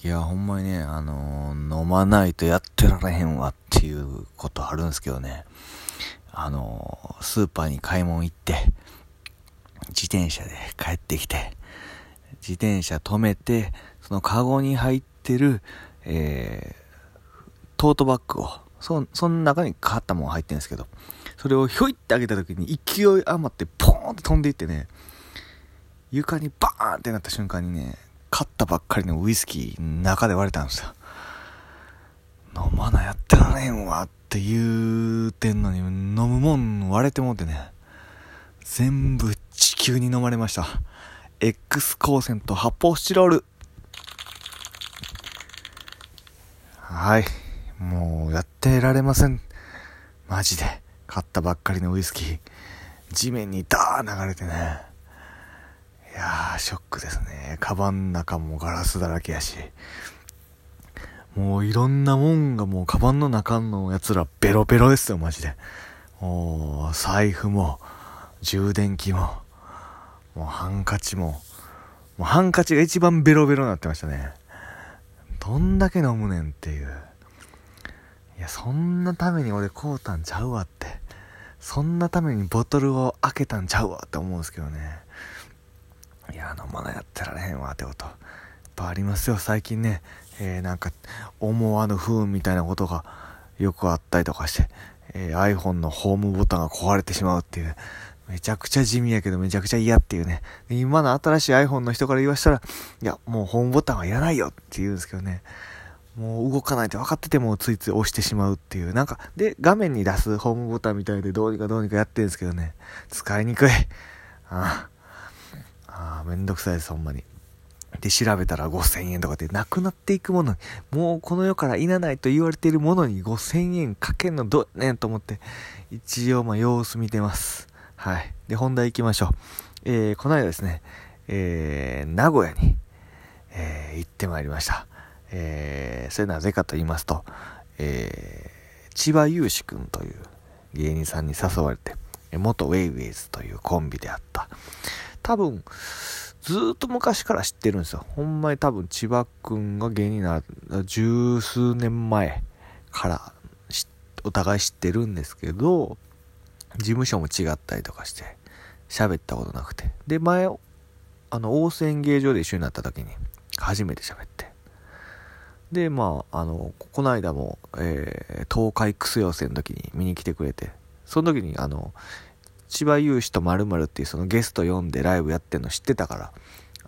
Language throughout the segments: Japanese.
いや、ほんまにね、飲まないとやってられへんわっていうことあるんですけどね。スーパーに買い物行って、自転車で帰ってきて、自転車止めて、そのカゴに入ってる、トートバッグを、その中に買ったもの入ってるんですけど、それをひょいってあげた時に勢い余ってポーンって飛んでいってね、床にバーンってなった瞬間にね、買ったばっかりのウイスキー中で割れたんですよ。飲まなやってられへんわって言うてんのに、飲むもん割れてもってね、全部地球に飲まれました。X 光線と発泡スチロール。はい、もうやってられません。マジで買ったばっかりのウイスキー地面にダー流れてね、いやーショックですね。カバンの中もガラスだらけやし、もういろんなもんがもうカバンの中のやつらベロベロですよマジで。もう財布も充電器ももうハンカチも、もうハンカチが一番ベロベロになってましたね。どんだけ飲むねんっていう。いや、そんなために俺買うたんちゃうわって、そんなためにボトルを開けたんちゃうわって思うんですけどね。いや、飲まなやってられへんわってこといっぱいありますよ最近ね。なんか思わぬ不運みたいなことがよくあったりとかして、iPhone のホームボタンが壊れてしまうっていう、めちゃくちゃ地味やけどめちゃくちゃ嫌っていうね。今の新しい iPhone の人から言わしたら、いやもうホームボタンはいらないよって言うんですけどね、もう動かないって分かっててもついつい押してしまうっていう、なんかで画面に出すホームボタンみたいでどうにかやってるんですけどね、使いにくい。めんどくさいですほんまに。で調べたら5000円とかでなくなっていくものに、もうこの世からいらないと言われているものに5000円かけんのどうねんと思って、一応様子見てます。はい。で本題行きましょう。この間ですね、名古屋に、行ってまいりました。それなぜかと言いますと、千葉雄志くんという芸人さんに誘われて、元ウェイウェイズというコンビであった、多分ずーっと昔から知ってるんですよ。ほんまに多分千葉くんが芸人になる十数年前からお互い知ってるんですけど、事務所も違ったりとかして喋ったことなくて、で前大瀬演芸場で一緒になった時に初めて喋って、でこの間も、東海クス予選の時に見に来てくれて、その時に千葉雄志と〇〇っていうそのゲスト呼んでライブやってんの知ってたから、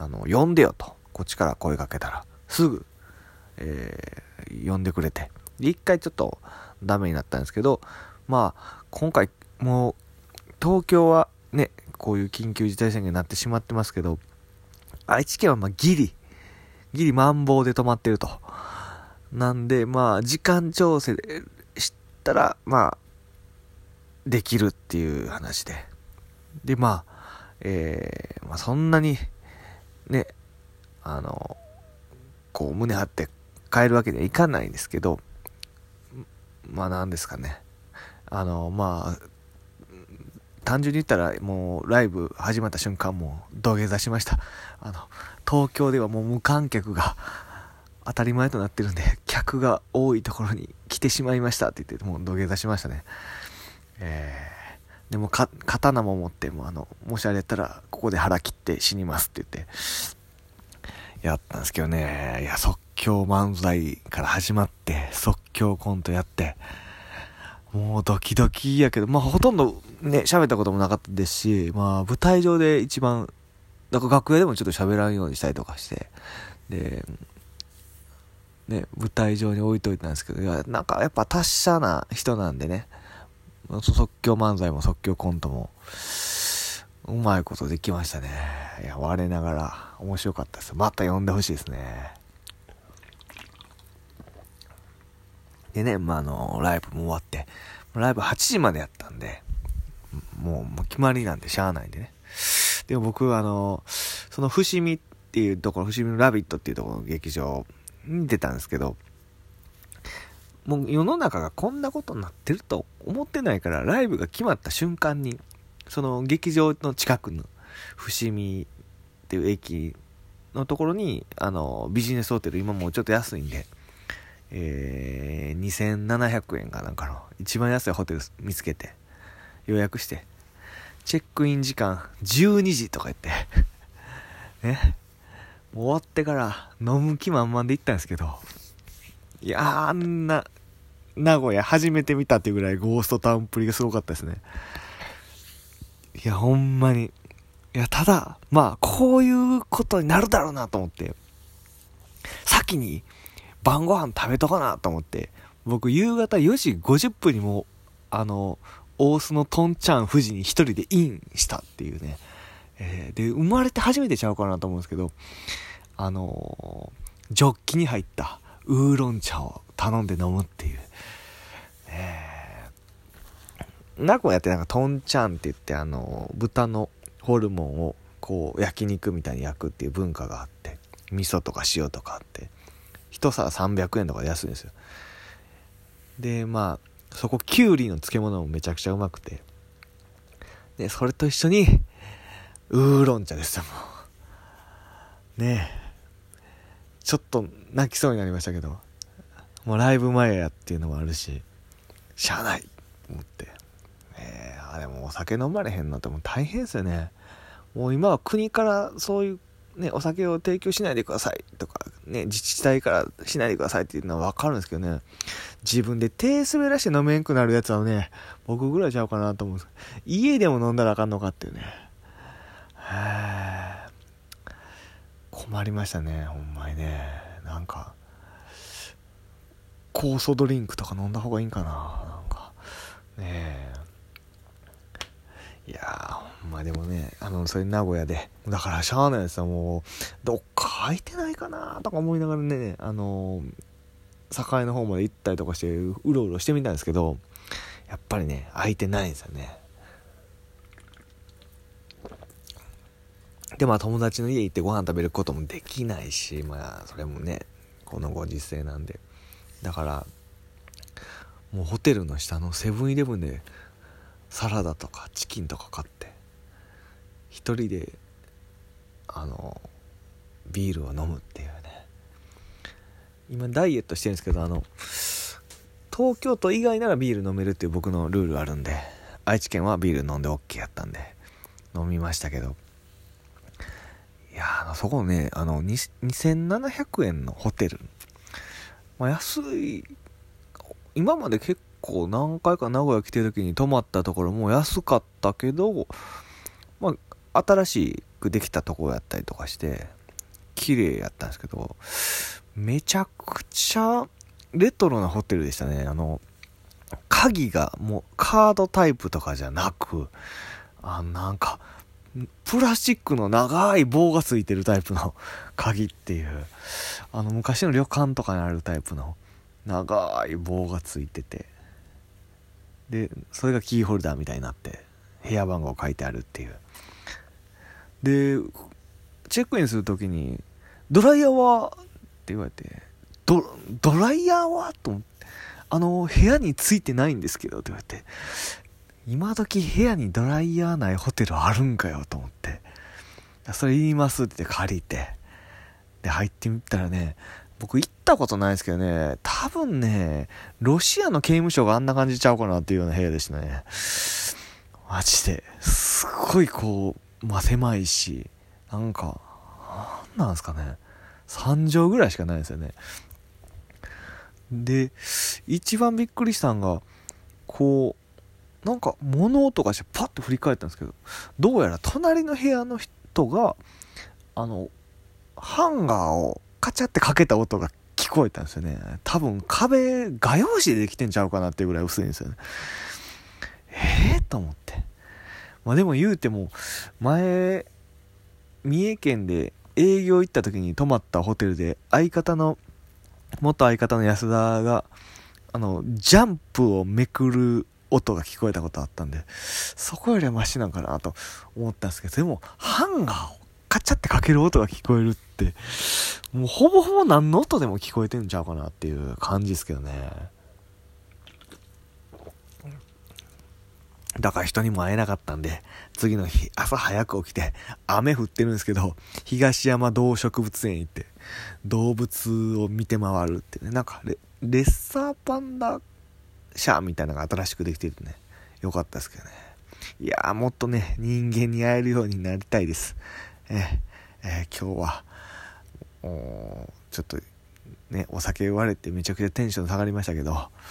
呼んでよとこっちから声かけたらすぐ、呼んでくれて、一回ちょっとダメになったんですけど、今回もう東京はねこういう緊急事態宣言になってしまってますけど、愛知県はギリマンボウで止まってると。なんで時間調整でしたらできるっていう話で、でそんなにねこう胸張って帰るわけにはいかないんですけど、なんですかね、単純に言ったらもうライブ始まった瞬間もう土下座しました。東京ではもう無観客が当たり前となってるんで、客が多いところに来てしまいましたって言ってもう土下座しましたね。でも刀も持ってももしあれやったらここで腹切って死にますって言ってやったんですけどね。いや、即興漫才から始まって即興コントやって、もうドキドキやけど、ほとんどね喋ったこともなかったですし、舞台上で一番だから楽屋でもちょっと喋らんようにしたりとかして、でね舞台上に置いといたんですけど、いやなんかやっぱ達者な人なんでね、即興漫才も即興コントもうまいことできましたね。いや我ながら面白かったです。また呼んでほしいですね。でね、ライブも終わって、ライブ8時までやったんで、もう決まりなんでしゃあないんでね。でも僕その伏見っていうところ、伏見のラビットっていうところの劇場に出たんですけど、もう世の中がこんなことになってると思ってないから、ライブが決まった瞬間にその劇場の近くの伏見っていう駅のところにビジネスホテル今もうちょっと安いんで、2700円かなんかの一番安いホテル見つけて予約して、チェックイン時間12時とか言ってね、もう終わってから飲む気満々で行ったんですけど、いやー、あんな名古屋初めて見たっていうぐらいゴーストタウンっぷりがすごかったですね。いやほんまに、いやただまあこういうことになるだろうなと思って、先に晩ご飯食べとかなと思って、僕夕方4時50分にも大須のとんちゃん富士に一人でインしたっていうね、で生まれて初めてちゃうかなと思うんですけど、ジョッキに入ったウーロン茶を頼んで飲むっていう、名古屋ってなんかとんちゃんって言って豚のホルモンをこう焼肉みたいに焼くっていう文化があって、味噌とか塩とかあって一皿300円とかで安いんですよ。でまあそこきゅうりの漬物もめちゃくちゃうまくて、でそれと一緒にウーロン茶ですよ。もうねえちょっと泣きそうになりましたけど、もうライブ前やっていうのもあるししゃあないと思って、でもお酒飲まれへんのってもう大変ですよね。もう今は国からそういうねお酒を提供しないでくださいとかね、自治体からしないでくださいっていうのは分かるんですけどね、自分で手滑らして飲めんくなるやつはね僕ぐらいちゃうかなと思うんです。家でも飲んだらあかんのかっていうね、困りましたねほんまにね。なんか酵素ドリンクとか飲んだ方がいいんかな、なんかねいやほんまでもねそれ名古屋でだからしゃあないですよ。もうどっか空いてないかなとか思いながらね境の方まで行ったりとかしてうろうろしてみたんですけど、やっぱりね空いてないんですよね。で友達の家行ってご飯食べることもできないし、それもねこのご時世なんで、だからもうホテルの下のセブンイレブンでサラダとかチキンとか買って一人でビールを飲むっていうね。今ダイエットしてるんですけど東京都以外ならビール飲めるっていう僕のルールあるんで、愛知県はビール飲んで OK やったんで飲みましたけど、いやそこね2700円のホテル、安い。今まで結構何回か名古屋来てる時に泊まったところも安かったけど、新しくできたところやったりとかして綺麗やったんですけど、めちゃくちゃレトロなホテルでしたね。鍵がもうカードタイプとかじゃなく、なんかプラスチックの長い棒がついてるタイプの鍵っていう、昔の旅館とかにあるタイプの長い棒がついてて、でそれがキーホルダーみたいになって部屋番号書いてあるっていう。でチェックインするときにドライヤーはって言われて、ドライヤーはと思って、部屋についてないんですけどって言われて、今時部屋にドライヤーないホテルあるんかよと思って、それ言いますって借りて、で入ってみたらね、僕行ったことないですけどね、多分ねロシアの刑務所があんな感じちゃうかなっていうような部屋でしたね。マジですっごいこう狭いし、なんですかね、3畳ぐらいしかないですよね。で一番びっくりしたんが、こうなんか物音がしてパッと振り返ったんですけど、どうやら隣の部屋の人がハンガーをカチャってかけた音が聞こえたんですよね。多分壁画用紙でできてんちゃうかなっていうぐらい薄いんですよね。と思って、でも言うても前三重県で営業行った時に泊まったホテルで元相方の安田がジャンプをめくる音が聞こえたことあったんで、そこよりはマシなんかなと思ったんですけど、でもハンガーをカチャってかける音が聞こえるってもうほぼほぼ何の音でも聞こえてんちゃうかなっていう感じですけどね。 だから人にも会えなかったんで、次の日朝早く起きて、雨降ってるんですけど、東山動植物園行って動物を見て回るってね、なんかレッサーパンダ社みたいなのが新しくできててね、よかったですけどね。いやー、もっとね人間に会えるようになりたいです。今日はちょっとねお酒割れてめちゃくちゃテンション下がりましたけど、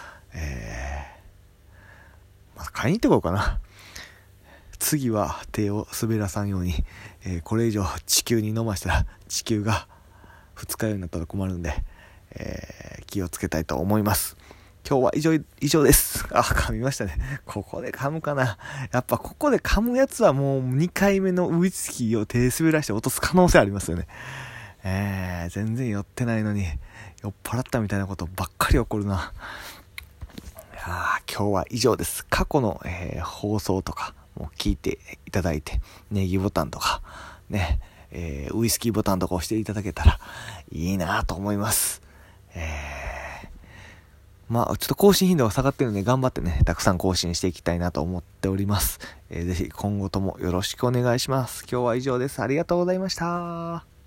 また買いに行ってこようかな。次は手を滑らさんように、これ以上地球に飲ましたら地球が二日酔いになったら困るんで、気をつけたいと思います。今日は以上です。噛みましたね。ここで噛むかな。やっぱここで噛むやつはもう2回目のウイスキーを手滑らして落とす可能性ありますよね。全然酔ってないのに酔っ払ったみたいなことばっかり起こるな。今日は以上です。過去の、放送とかも聞いていただいて、ネギボタンとかね、ウイスキーボタンとか押していただけたらいいなと思います。ちょっと更新頻度が下がってるんで頑張ってねたくさん更新していきたいなと思っております。ぜひ今後ともよろしくお願いします。今日は以上です。ありがとうございました。